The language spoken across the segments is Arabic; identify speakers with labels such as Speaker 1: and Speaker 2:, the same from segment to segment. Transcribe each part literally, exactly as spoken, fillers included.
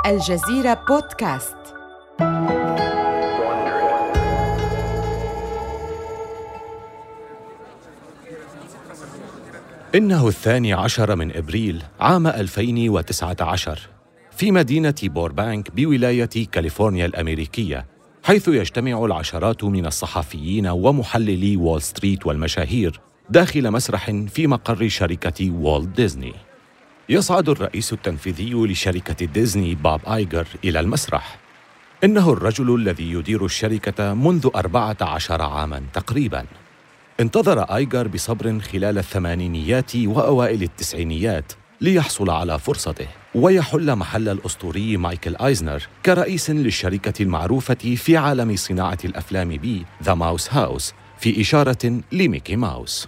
Speaker 1: الجزيرة بودكاست.
Speaker 2: إنه الثاني عشر من إبريل عام ألفين وتسعة عشر في مدينة بوربانك بولاية كاليفورنيا الأمريكية، حيث يجتمع العشرات من الصحفيين ومحللي وول ستريت والمشاهير داخل مسرح في مقر شركة والت ديزني. يصعد الرئيس التنفيذي لشركة ديزني بوب آيجر إلى المسرح. إنه الرجل الذي يدير الشركة منذ أربعة عشر عاماً تقريباً. انتظر آيجر بصبر خلال الثمانينيات وأوائل التسعينيات ليحصل على فرصته ويحل محل الأسطوري مايكل آيزنر كرئيس للشركة المعروفة في عالم صناعة الأفلام ب ذا ماوس هاوس، في إشارة لميكي ماوس.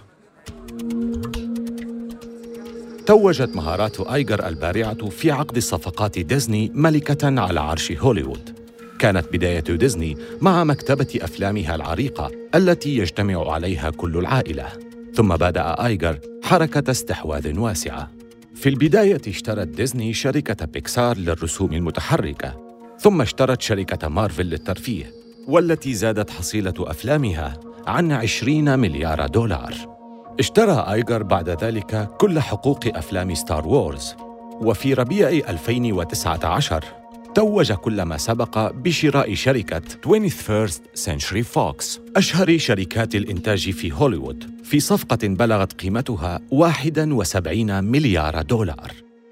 Speaker 2: توجت مهارات آيجر البارعة في عقد الصفقات ديزني ملكة على عرش هوليوود. كانت بداية ديزني مع مكتبة أفلامها العريقة التي يجتمع عليها كل العائلة، ثم بدأ آيجر حركة استحواذ واسعة. في البداية اشترت ديزني شركة بيكسار للرسوم المتحركة، ثم اشترت شركة مارفل للترفيه، والتي زادت حصيلة أفلامها عن عشرين مليار دولار. اشترى آيجر بعد ذلك كل حقوق أفلام ستار وورز، وفي ربيع ألفين وتسعة عشر توج كل ما سبق بشراء شركة توينتي فيرست سنشري فوكس، أشهر شركات الإنتاج في هوليوود، في صفقة بلغت قيمتها واحد وسبعين مليار دولار.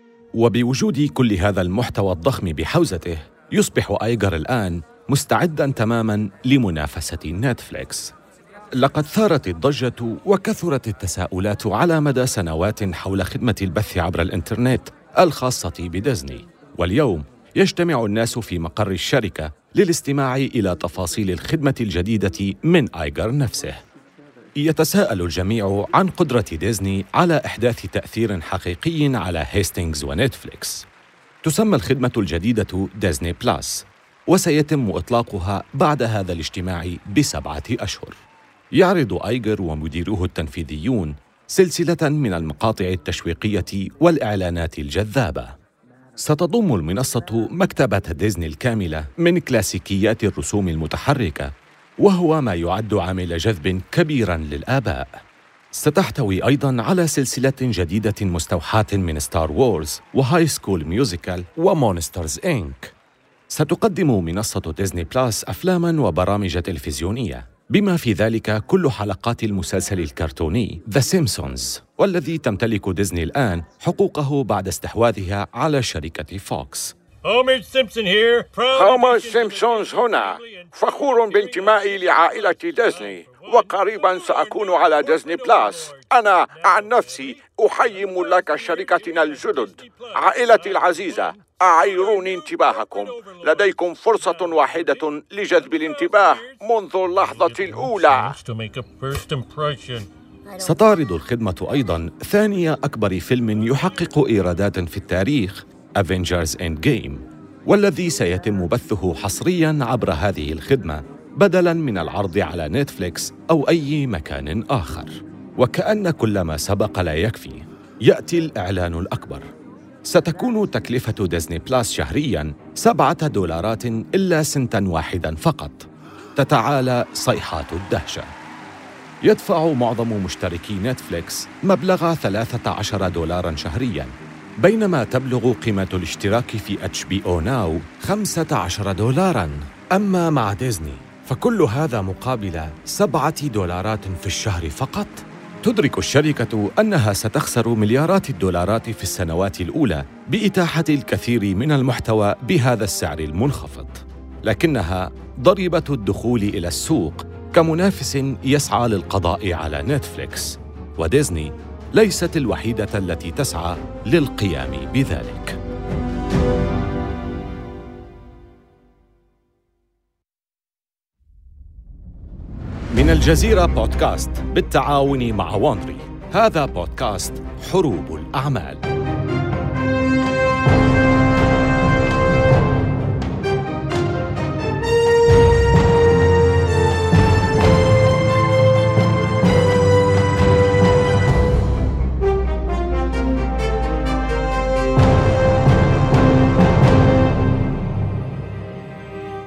Speaker 2: وبوجود كل هذا المحتوى الضخم بحوزته، يصبح آيجر الآن مستعداً تماماً لمنافسة نتفليكس. لقد ثارت الضجة وكثرت التساؤلات على مدى سنوات حول خدمة البث عبر الإنترنت الخاصة بديزني، واليوم يجتمع الناس في مقر الشركة للاستماع إلى تفاصيل الخدمة الجديدة من آيجر نفسه. يتساءل الجميع عن قدرة ديزني على إحداث تأثير حقيقي على هيستينغز ونتفليكس. تسمى الخدمة الجديدة ديزني بلاس، وسيتم إطلاقها بعد هذا الاجتماع بسبعة أشهر. يعرض آيجر ومديروه التنفيذيون سلسلة من المقاطع التشويقية والإعلانات الجذابة. ستضم المنصة مكتبة ديزني الكاملة من كلاسيكيات الرسوم المتحركة، وهو ما يعد عامل جذب كبيراً للآباء. ستحتوي أيضاً على سلسلة جديدة مستوحاة من ستار وورز وهاي سكول ميوزيكال ومونسترز إنك. ستقدم منصة ديزني بلاس أفلاماً وبرامج تلفزيونية، بما في ذلك كل حلقات المسلسل الكرتوني ذا سيمبسونز، والذي تمتلك ديزني الآن حقوقه بعد استحواذها على شركة فوكس.
Speaker 3: هومر سيمبسون here.
Speaker 4: هومر سيمبسونز هنا، فخور بانتمائي لعائلة ديزني، وقريباً سأكون على ديزني بلاس. أنا عن نفسي أحيي ملاك شركتنا الجدد. عائلتي العزيزة، أعيروني انتباهكم، لديكم فرصة واحدة لجذب الانتباه منذ اللحظة الأولى.
Speaker 2: ستعرض الخدمة أيضاً ثاني أكبر فيلم يحقق إيرادات في التاريخ، أفنجرز إند جيم، والذي سيتم بثه حصرياً عبر هذه الخدمة بدلاً من العرض على نتفليكس أو أي مكان آخر. وكأن كل ما سبق لا يكفي، يأتي الإعلان الأكبر. ستكون تكلفة ديزني بلاس شهرياً سبعة دولارات إلا سنتاً واحداً فقط. تتعالى صيحات الدهشة. يدفع معظم مشتركي نتفليكس مبلغ ثلاثة عشر دولاراً شهرياً، بينما تبلغ قيمة الاشتراك في اتش بي او ناو خمسة عشر دولاراً. أما مع ديزني فكل هذا مقابل سبعة دولارات في الشهر فقط. تدرك الشركة أنها ستخسر مليارات الدولارات في السنوات الأولى بإتاحة الكثير من المحتوى بهذا السعر المنخفض، لكنها ضريبة الدخول إلى السوق كمنافس يسعى للقضاء على نتفليكس، وديزني ليست الوحيدة التي تسعى للقيام بذلك. من الجزيرة بودكاست بالتعاون مع وندري، هذا بودكاست حروب الأعمال.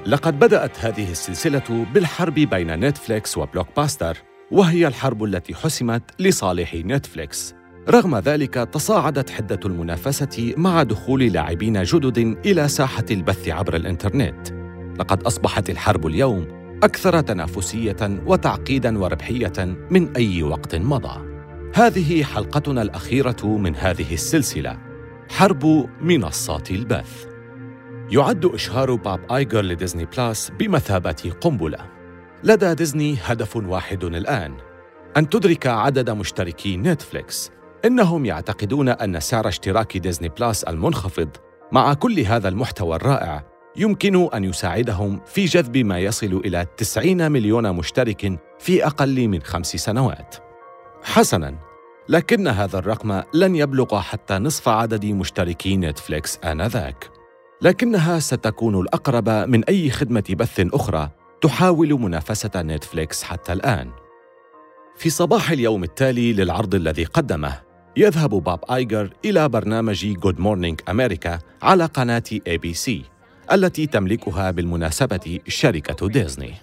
Speaker 2: لقد بدأت هذه السلسلة بالحرب بين نتفليكس وبلوك باستر، وهي الحرب التي حسمت لصالح نتفليكس. رغم ذلك تصاعدت حدة المنافسة مع دخول لاعبين جدد إلى ساحة البث عبر الإنترنت. لقد أصبحت الحرب اليوم أكثر تنافسية وتعقيداً وربحية من أي وقت مضى. هذه حلقتنا الأخيرة من هذه السلسلة، حرب منصات البث. يعد إشهار بوب آيجر لديزني بلاس بمثابة قنبلة. لدى ديزني هدف واحد الآن، أن تدرك عدد مشتركي نتفليكس. إنهم يعتقدون أن سعر اشتراك ديزني بلاس المنخفض مع كل هذا المحتوى الرائع يمكن أن يساعدهم في جذب ما يصل إلى تسعين مليون مشترك في أقل من خمس سنوات. حسناً، لكن هذا الرقم لن يبلغ حتى نصف عدد مشتركي نتفليكس آنذاك، لكنها ستكون الأقرب من أي خدمة بث أخرى تحاول منافسة نتفليكس حتى الآن. في صباح اليوم التالي للعرض الذي قدمه، يذهب بوب آيجر إلى برنامج Good Morning America على قناة إيه بي سي التي تملكها بالمناسبة شركة ديزني.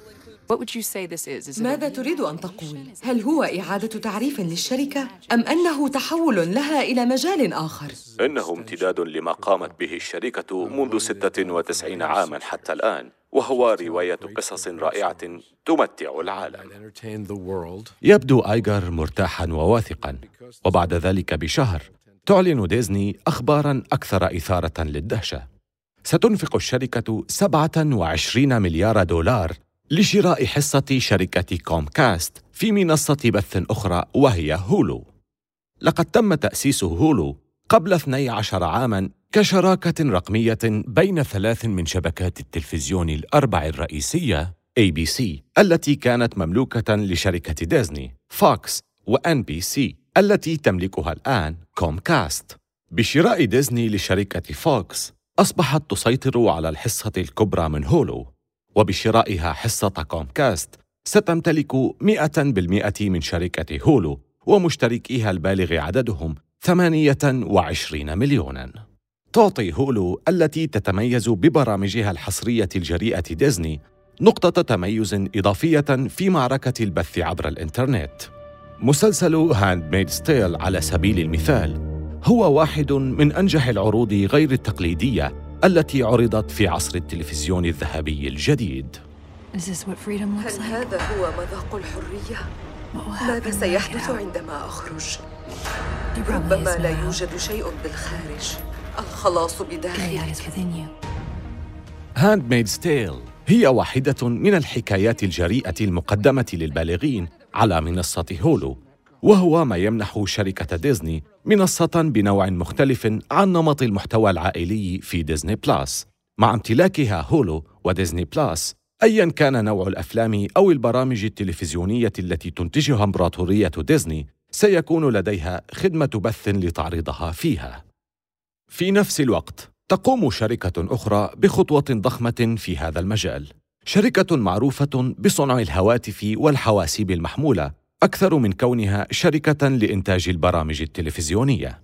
Speaker 1: ماذا تريد أن تقول؟ هل هو إعادة تعريف للشركة أم أنه تحول لها إلى مجال آخر؟
Speaker 2: إنه امتداد لما قامت به الشركة منذ ستة وتسعين عاماً حتى الآن، وهو رواية قصص رائعة تمتع العالم. يبدو آيجر مرتاحاً وواثقاً، وبعد ذلك بشهر تعلن ديزني أخباراً أكثر إثارة للدهشة. ستنفق الشركة سبعة وعشرين مليار دولار لشراء حصة شركة كومكاست في منصة بث أخرى وهي هولو. لقد تم تأسيس هولو قبل اثني عشر عاماً كشراكة رقمية بين ثلاث من شبكات التلفزيون الأربع الرئيسية إيه بي سي التي كانت مملوكة لشركة ديزني، فوكس وإن بي سي التي تملكها الآن كومكاست. بشراء ديزني لشركة فوكس أصبحت تسيطر على الحصة الكبرى من هولو، وبشرائها حصة كومكاست ستمتلك مئة بالمئة من شركة هولو ومشتركيها البالغ عددهم ثمانية وعشرين مليوناً. تعطي هولو التي تتميز ببرامجها الحصرية الجريئة ديزني نقطة تميز إضافية في معركة البث عبر الإنترنت. مسلسل هاندميد's تيل على سبيل المثال هو واحد من أنجح العروض غير التقليدية التي عرضت في عصر التلفزيون الذهبي الجديد.
Speaker 1: هل هذا هو مذاق الحرية؟ ماذا سيحدث عندما أخرج؟ ربما لا يوجد شيء بالخارج، الخلاص بداخلي.
Speaker 2: هاندميد's تيل هي واحدة من الحكايات الجريئة المقدمة للبالغين على منصة هولو، وهو ما يمنح شركة ديزني منصة بنوع مختلف عن نمط المحتوى العائلي في ديزني بلاس. مع امتلاكها هولو وديزني بلاس، أياً كان نوع الأفلام أو البرامج التلفزيونية التي تنتجها إمبراطورية ديزني، سيكون لديها خدمة بث لتعرضها فيها. في نفس الوقت، تقوم شركة أخرى بخطوة ضخمة في هذا المجال، شركة معروفة بصنع الهواتف والحواسيب المحمولة أكثر من كونها شركة لإنتاج البرامج التلفزيونية.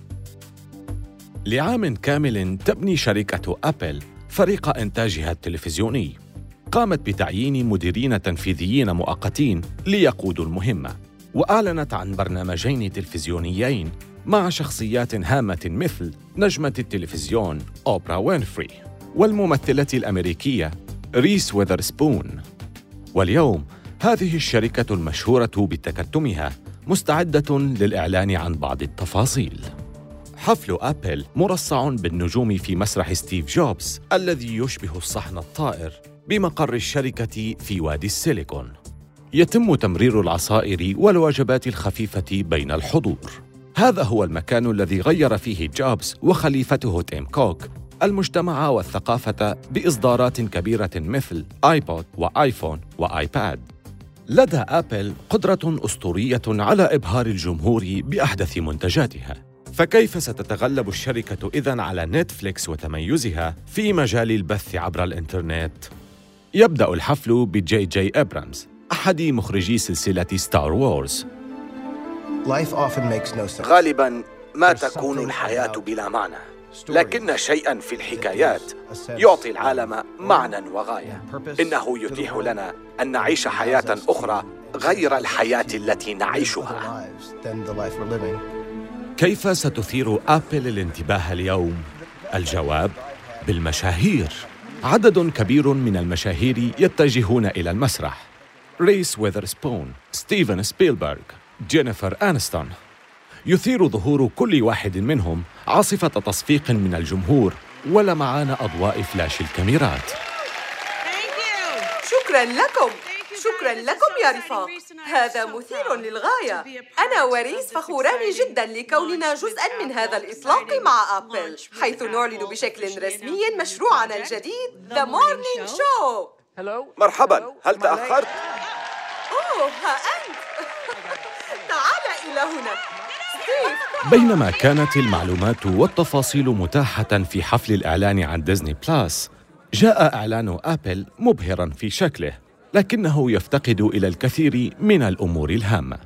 Speaker 2: لعام كامل تبني شركة أبل فريق إنتاجها التلفزيوني. قامت بتعيين مديرين تنفيذيين مؤقتين ليقودوا المهمة، وأعلنت عن برنامجين تلفزيونيين مع شخصيات هامة مثل نجمة التلفزيون أوبرا وينفري والممثلة الأمريكية ريس ويذرسبون. واليوم هذه الشركة المشهورة بتكتمها مستعدة للإعلان عن بعض التفاصيل. حفل أبل مرصع بالنجوم في مسرح ستيف جوبز الذي يشبه الصحن الطائر بمقر الشركة في وادي السيليكون. يتم تمرير العصائر والوجبات الخفيفة بين الحضور. هذا هو المكان الذي غير فيه جوبز وخليفته تيم كوك المجتمع والثقافة بإصدارات كبيرة مثل آيبود وآيفون وآيباد. لدى أبل قدرة أسطورية على إبهار الجمهور بأحدث منتجاتها، فكيف ستتغلب الشركة إذن على نتفليكس وتميزها في مجال البث عبر الإنترنت؟ يبدأ الحفل بجي جي إبرامز، أحد مخرجي سلسلة ستار وورز.
Speaker 5: غالباً ما تكون الحياة بلا معنى،
Speaker 2: لكن شيئاً في الحكايات يعطي العالم معنى وغاية. إنه يتيح لنا أن نعيش حياة أخرى غير الحياة التي نعيشها. كيف ستثير أبل الانتباه اليوم؟ الجواب بالمشاهير. عدد كبير من المشاهير يتجهون إلى المسرح: ريس ويذرسبون، ستيفن سبيلبرغ، جينيفر آنستون. يثير ظهور كل واحد منهم عاصفة تصفيق من الجمهور ولمعان أضواء فلاش الكاميرات.
Speaker 1: شكراً لكم، شكراً لكم يا رفاق، هذا مثير للغاية. أنا وريس فخوران جداً لكوننا جزءاً من هذا الإطلاق مع أبل، حيث نعلن بشكل رسمي مشروعنا الجديد The Morning Show.
Speaker 2: مرحباً، هل تأخرت؟
Speaker 1: أوه، ها أنت. تعال إلى هنا.
Speaker 2: بينما كانت المعلومات والتفاصيل متاحة في حفل الإعلان عن ديزني بلاس، جاء إعلان أبل مبهراً في شكله، لكنه يفتقد إلى الكثير من الأمور الهامة.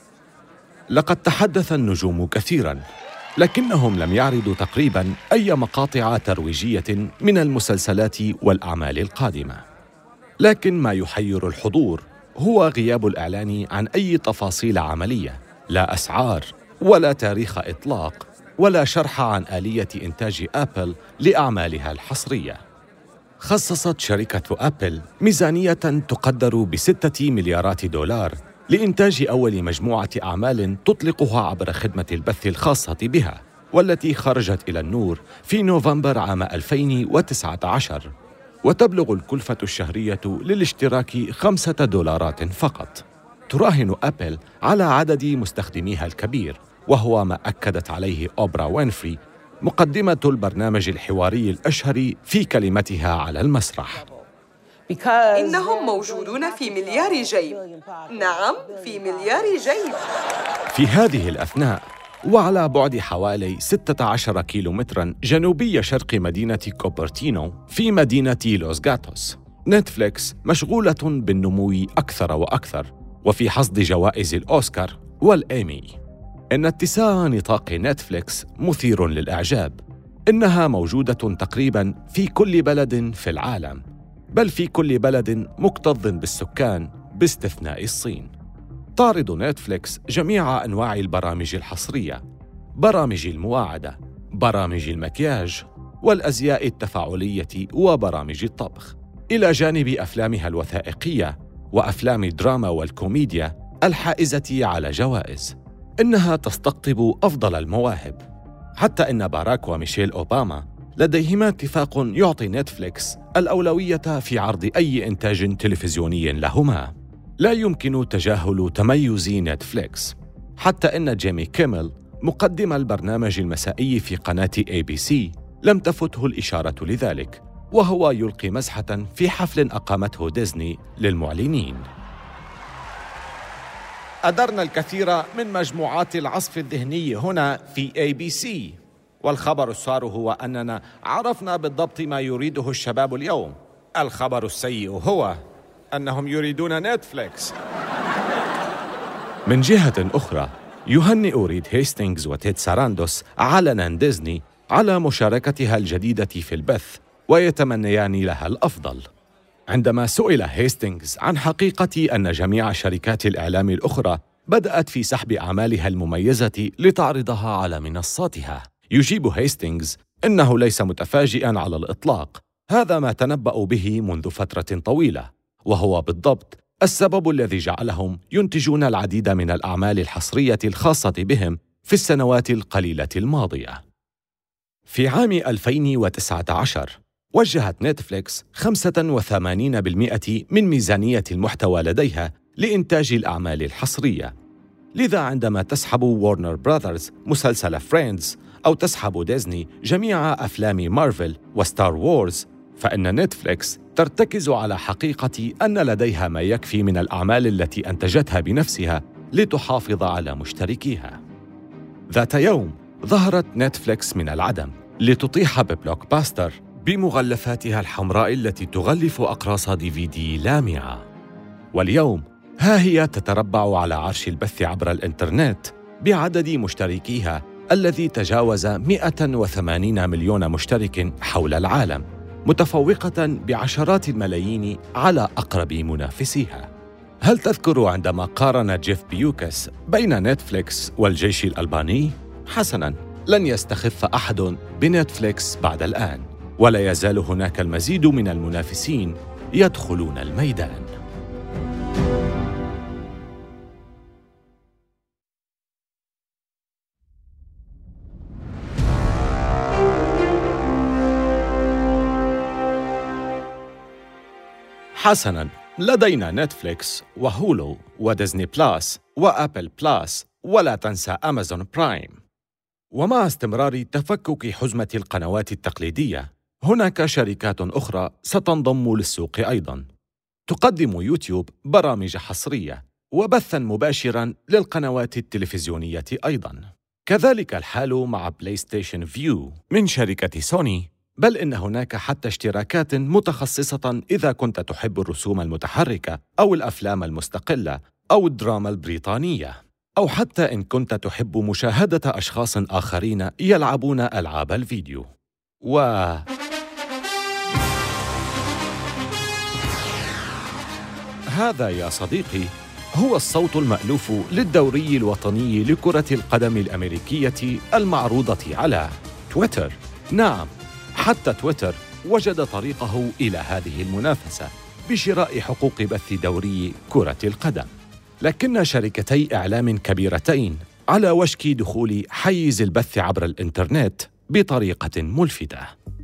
Speaker 2: لقد تحدث النجوم كثيراً، لكنهم لم يعرضوا تقريباً أي مقاطع ترويجية من المسلسلات والأعمال القادمة. لكن ما يحير الحضور هو غياب الإعلان عن أي تفاصيل عملية، لا أسعار ولا تاريخ إطلاق ولا شرح عن آلية إنتاج أبل لأعمالها الحصرية. خصصت شركة أبل ميزانية تقدر بستة مليارات دولار لإنتاج أول مجموعة أعمال تطلقها عبر خدمة البث الخاصة بها، والتي خرجت إلى النور في نوفمبر عام ألفين وتسعة عشر، وتبلغ الكلفة الشهرية للاشتراك خمسة دولارات فقط. تراهن أبل على عدد مستخدميها الكبير، وهو ما أكدت عليه أوبرا وينفري مقدمة البرنامج الحواري الأشهر في كلمتها على المسرح.
Speaker 1: إنهم موجودون في مليار جيب. نعم، في مليار جيب.
Speaker 2: في هذه الأثناء، وعلى بعد حوالي ستة عشر كيلومتراً جنوبي شرق مدينة كوبرتينو في مدينة لوس غاتوس، نتفليكس مشغولة بالنمو أكثر وأكثر، وفي حصد جوائز الأوسكار والإيمي. إن اتساع نطاق نتفليكس مثير للإعجاب. إنها موجودة تقريباً في كل بلد في العالم، بل في كل بلد مكتظ بالسكان باستثناء الصين. تعرض نتفليكس جميع أنواع البرامج الحصرية، برامج المواعدة، برامج المكياج والأزياء التفاعلية وبرامج الطبخ، إلى جانب أفلامها الوثائقية وأفلام الدراما والكوميديا الحائزة على جوائز. إنها تستقطب أفضل المواهب، حتى إن باراك وميشيل أوباما لديهما اتفاق يعطي نتفليكس الأولوية في عرض أي إنتاج تلفزيوني لهما. لا يمكن تجاهل تميز نتفليكس، حتى إن جيمي كيمل مقدم البرنامج المسائي في قناة إيه بي سي لم تفته الإشارة لذلك، وهو يلقي مزحة في حفل أقامته ديزني للمعلنين. أدرنا الكثير من مجموعات العصف الذهني هنا في إيه بي سي، والخبر السار هو أننا عرفنا بالضبط ما يريده الشباب اليوم. الخبر السيء هو أنهم يريدون نتفليكس. من جهة أخرى، يهنئ ريد هيستينغز وتيد ساراندوس علناً ديزني على مشاركتها الجديدة في البث، ويتمنيان لها الأفضل. عندما سئل هيستينغز عن حقيقة أن جميع شركات الإعلام الأخرى بدأت في سحب أعمالها المميزة لتعرضها على منصاتها، يجيب هيستينغز إنه ليس متفاجئاً على الإطلاق. هذا ما تنبأوا به منذ فترة طويلة، وهو بالضبط السبب الذي جعلهم ينتجون العديد من الأعمال الحصرية الخاصة بهم في السنوات القليلة الماضية. في عام ألفين وتسعة عشر وجهت نتفليكس خمسة وثمانين بالمئة من ميزانية المحتوى لديها لإنتاج الأعمال الحصرية. لذا عندما تسحب وارنر براذرز مسلسل فريندز، أو تسحب ديزني جميع أفلام مارفل وستار وورز، فإن نتفليكس ترتكز على حقيقة أن لديها ما يكفي من الأعمال التي أنتجتها بنفسها لتحافظ على مشتركيها. ذات يوم ظهرت نتفليكس من العدم لتطيح ببلوك باستر بمغلفاتها الحمراء التي تغلف أقراص دي في دي لامعة. واليوم ها هي تتربع على عرش البث عبر الإنترنت بعدد مشتركيها الذي تجاوز مئة وثمانين مليون مشترك حول العالم، متفوقة بعشرات الملايين على أقرب منافسيها. هل تذكر عندما قارن جيف بيوكس بين نتفليكس والجيش الألباني؟ حسناً، لن يستخف أحد بنتفليكس بعد الآن، ولا يزال هناك المزيد من المنافسين يدخلون الميدان. حسناً، لدينا نتفليكس وهولو وديزني بلاس وأبل بلاس، ولا تنسى أمازون برايم. ومع استمرار تفكك حزمة القنوات التقليدية، هناك شركات أخرى ستنضم للسوق أيضاً. تقدم يوتيوب برامج حصرية وبثاً مباشراً للقنوات التلفزيونية أيضاً. كذلك الحال مع بلاي ستيشن فيو من شركة سوني، بل إن هناك حتى اشتراكات متخصصة إذا كنت تحب الرسوم المتحركة أو الأفلام المستقلة أو الدراما البريطانية، أو حتى إن كنت تحب مشاهدة أشخاص آخرين يلعبون ألعاب الفيديو. و هذا يا صديقي هو الصوت المألوف للدوري الوطني لكرة القدم الأمريكية المعروضة على تويتر. نعم، حتى تويتر وجد طريقه إلى هذه المنافسة بشراء حقوق بث دوري كرة القدم. لكن شركتي إعلام كبيرتين على وشك دخول حيز البث عبر الإنترنت بطريقة ملفتة.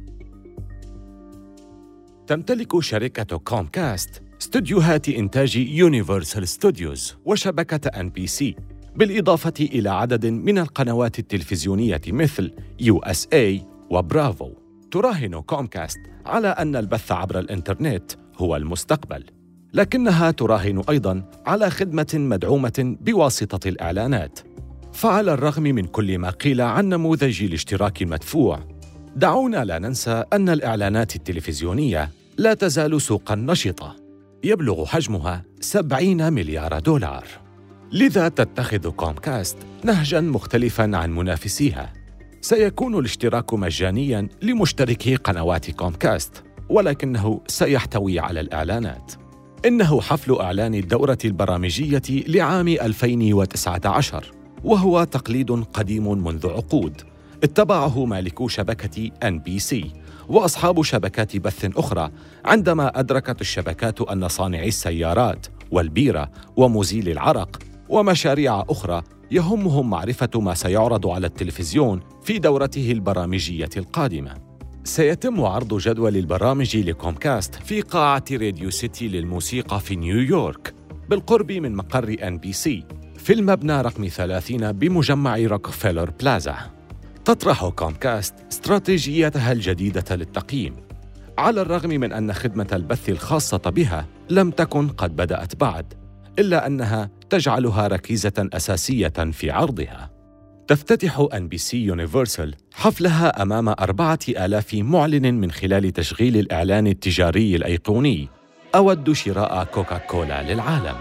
Speaker 2: تمتلك شركة كومكاست استوديوهات إنتاج يونيفرسال ستوديوز وشبكة إن بي سي، بالإضافة إلى عدد من القنوات التلفزيونية مثل يو إس إيه وبرافو. تراهن كومكاست على أن البث عبر الإنترنت هو المستقبل، لكنها تراهن أيضاً على خدمة مدعومة بواسطة الإعلانات. فعلى الرغم من كل ما قيل عن نموذج الاشتراك المدفوع، دعونا لا ننسى أن الإعلانات التلفزيونية لا تزال سوقاً نشطة، يبلغ حجمها سبعين مليار دولار. لذا تتخذ كومكاست نهجاً مختلفاً عن منافسيها. سيكون الاشتراك مجانياً لمشتركي قنوات كومكاست، ولكنه سيحتوي على الإعلانات. إنه حفل إعلان الدورة البرامجية لعام ألفين وتسعة عشر، وهو تقليد قديم منذ عقود اتبعه مالكو شبكة إن بي سي وأصحاب شبكات بث أخرى، عندما أدركت الشبكات أن صانعي السيارات والبيرة ومزيل العرق ومشاريع أخرى يهمهم معرفة ما سيعرض على التلفزيون في دورته البرامجية القادمة. سيتم عرض جدول البرامج لكومكاست في قاعة راديو سيتي للموسيقى في نيويورك بالقرب من مقر إن بي سي في المبنى رقم ثلاثين بمجمع روكفيلر بلازا. تطرح كومكاست استراتيجيتها الجديدة للتقييم، على الرغم من أن خدمة البث الخاصة بها لم تكن قد بدأت بعد، إلا أنها تجعلها ركيزة أساسية في عرضها. تفتتح إن بي سي يونيفرسال حفلها أمام أربعة آلاف معلن من خلال تشغيل الإعلان التجاري الأيقوني أود شراء كوكاكولا للعالم.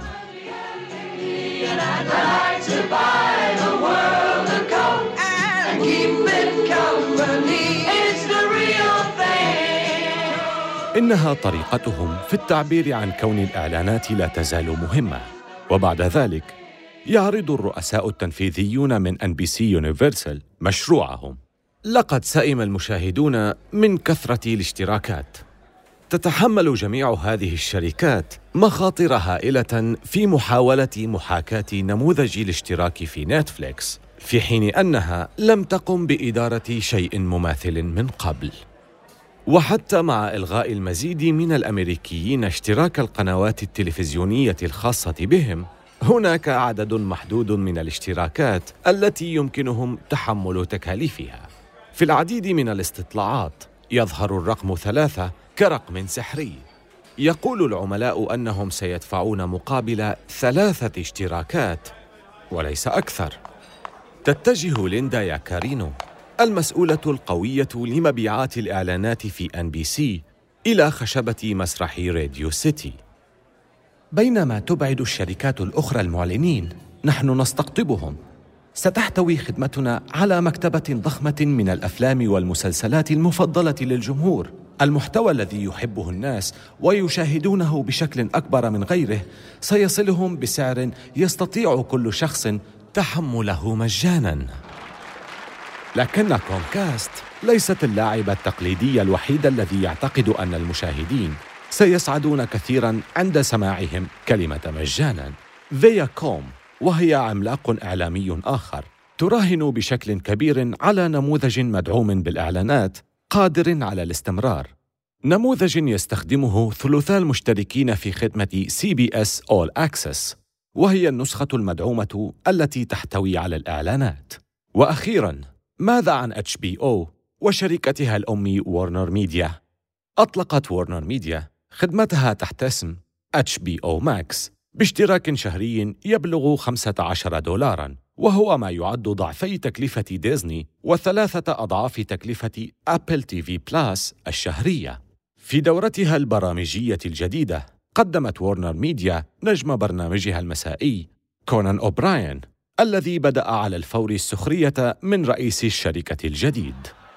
Speaker 2: إنها طريقتهم في التعبير عن كون الإعلانات لا تزال مهمة. وبعد ذلك يعرض الرؤساء التنفيذيون من إن بي سي يونيفرسال مشروعهم. لقد سئم المشاهدون من كثرة الاشتراكات. تتحمل جميع هذه الشركات مخاطر هائلة في محاولة محاكاة نموذج الاشتراك في نتفليكس، في حين أنها لم تقم بإدارة شيء مماثل من قبل. وحتى مع إلغاء المزيد من الأمريكيين اشتراك القنوات التلفزيونية الخاصة بهم، هناك عدد محدود من الاشتراكات التي يمكنهم تحمل تكاليفها. في العديد من الاستطلاعات يظهر الرقم ثلاثة كرقم سحري. يقول العملاء أنهم سيدفعون مقابل ثلاثة اشتراكات وليس أكثر. تتجه ليندا ياكارينو المسؤولة القوية لمبيعات الإعلانات في إن بي سي إلى خشبة مسرح راديو سيتي. بينما تبعد الشركات الأخرى المعلنين، نحن نستقطبهم. ستحتوي خدمتنا على مكتبة ضخمة من الأفلام والمسلسلات المفضلة للجمهور، المحتوى الذي يحبه الناس ويشاهدونه بشكل أكبر من غيره سيصلهم بسعر يستطيع كل شخص تحمله مجاناً. لكن كومكاست ليست اللاعبة التقليدية الوحيدة الذي يعتقد أن المشاهدين سيسعدون كثيراً عند سماعهم كلمة مجاناً. فياكوم، وهي عملاق إعلامي آخر، تراهن بشكل كبير على نموذج مدعوم بالإعلانات قادر على الاستمرار، نموذج يستخدمه ثلثا المشتركين في خدمة سي بي إس All Access، وهي النسخة المدعومة التي تحتوي على الإعلانات. وأخيراً، ماذا عن إتش بي أو وشركتها الأم وارنر ميديا؟ أطلقت وارنر ميديا خدمتها تحت اسم إتش بي أو ماكس باشتراك شهري يبلغ خمسة عشر دولاراً، وهو ما يعد ضعفي تكلفة ديزني وثلاثة أضعاف تكلفة أبل تي في بلاس الشهرية. في دورتها البرامجية الجديدة، قدمت وارنر ميديا نجم برنامجها المسائي كونان أوبراين، الذي بدأ على الفور السخرية من رئيس الشركة الجديد.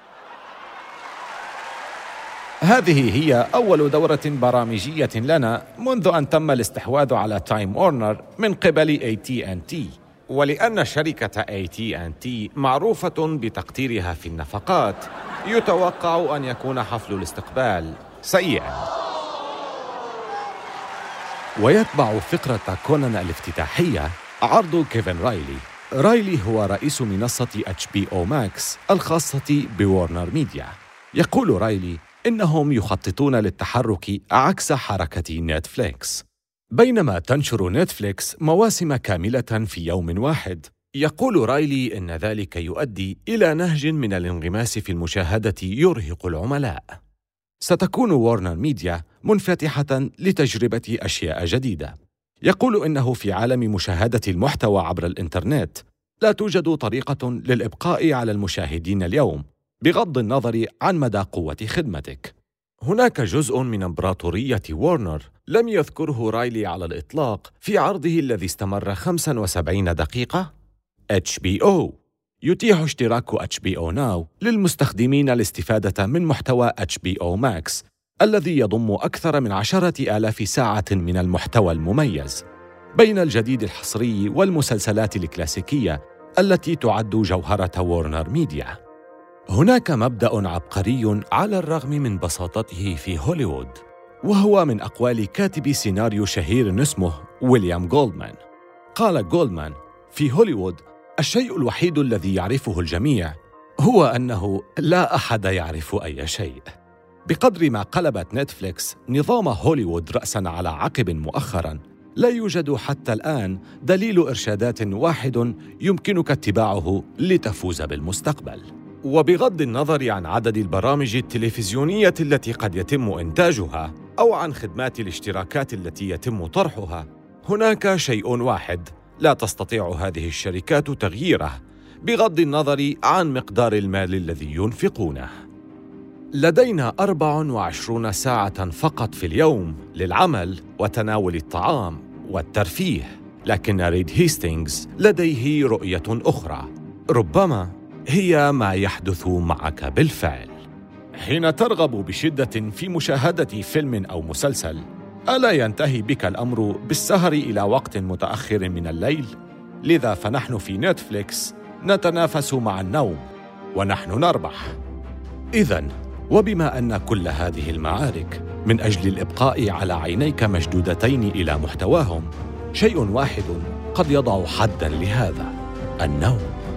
Speaker 2: هذه هي أول دورة برامجية لنا منذ أن تم الاستحواذ على تايم وارنر من قبل إيه تي أند تي، ولأن شركة إيه تي أند تي معروفة بتقديرها في النفقات، يتوقع أن يكون حفل الاستقبال سيئاً. ويتبع فقرة كونان الافتتاحية عرض كيفن رايلي. رايلي هو رئيس منصة إتش بي أو ماكس الخاصة بوارنر ميديا. يقول رايلي إنهم يخططون للتحرك عكس حركة نتفليكس. بينما تنشر نتفليكس مواسم كاملة في يوم واحد، يقول رايلي إن ذلك يؤدي إلى نهج من الانغماس في المشاهدة يرهق العملاء. ستكون وارنر ميديا منفتحة لتجربة أشياء جديدة. يقول إنه في عالم مشاهدة المحتوى عبر الإنترنت لا توجد طريقة للإبقاء على المشاهدين اليوم بغض النظر عن مدى قوة خدمتك. هناك جزء من إمبراطورية وارنر لم يذكره رايلي على الإطلاق في عرضه الذي استمر خمسة وسبعين دقيقة. إتش بي أو يتيح اشتراك إتش بي أو ناو للمستخدمين الاستفادة من محتوى إتش بي أو ماكس الذي يضم أكثر من عشرة آلاف ساعة من المحتوى المميز، بين الجديد الحصري والمسلسلات الكلاسيكية التي تعد جوهرة وارنر ميديا. هناك مبدأ عبقري على الرغم من بساطته في هوليوود، وهو من أقوال كاتب سيناريو شهير اسمه ويليام جولدمان. قال جولدمان: في هوليوود الشيء الوحيد الذي يعرفه الجميع هو أنه لا أحد يعرف أي شيء. بقدر ما قلبت نتفليكس نظام هوليوود رأساً على عقب مؤخراً، لا يوجد حتى الآن دليل إرشادات واحد يمكنك اتباعه لتفوز بالمستقبل. وبغض النظر عن عدد البرامج التلفزيونية التي قد يتم إنتاجها أو عن خدمات الاشتراكات التي يتم طرحها، هناك شيء واحد لا تستطيع هذه الشركات تغييره بغض النظر عن مقدار المال الذي ينفقونه. لدينا أربع وعشرين ساعة فقط في اليوم للعمل وتناول الطعام والترفيه، لكن ريد هيستينغز لديه رؤية أخرى، ربما هي ما يحدث معك بالفعل. حين ترغب بشدة في مشاهدة فيلم أو مسلسل، ألا ينتهي بك الأمر بالسهر إلى وقت متأخر من الليل؟ لذا فنحن في نتفليكس نتنافس مع النوم ونحن نربح. إذن، وبما أن كل هذه المعارك من أجل الإبقاء على عينيك مشدودتين إلى محتواهم، شيء واحد قد يضع حداً لهذا: النوم.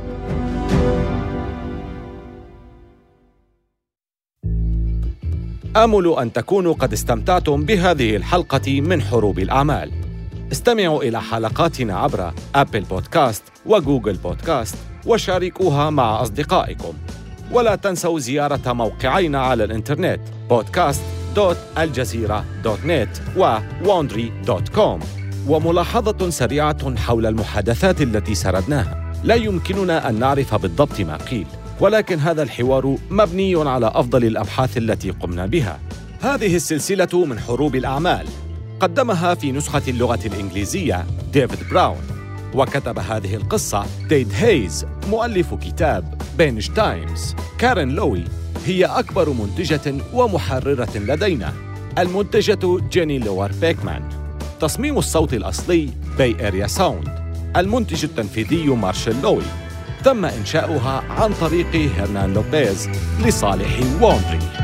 Speaker 2: آمل أن تكونوا قد استمتعتم بهذه الحلقة من حروب الأعمال. استمعوا إلى حلقاتنا عبر أبل بودكاست وجوجل بودكاست وشاركوها مع أصدقائكم. ولا تنسوا زيارة موقعينا على الإنترنت بودكاست دوت الجزيرة دوت نت و واندري دوت كوم. وملاحظة سريعة حول المحادثات التي سردناها: لا يمكننا أن نعرف بالضبط ما قيل، ولكن هذا الحوار مبني على أفضل الأبحاث التي قمنا بها. هذه السلسلة من حروب الأعمال قدمها في نسخة اللغة الإنجليزية ديفيد براون، وكتب هذه القصة ديد هيز مؤلف كتاب بينج تايمز. كارين لوي هي أكبر منتجة ومحررة لدينا. المنتجة جيني لوار بيكمان. تصميم الصوت الأصلي باي إيريا ساوند. المنتج التنفيذي مارشال لوي. تم إنشاؤها عن طريق هرنان لوبيز لصالح ووندري.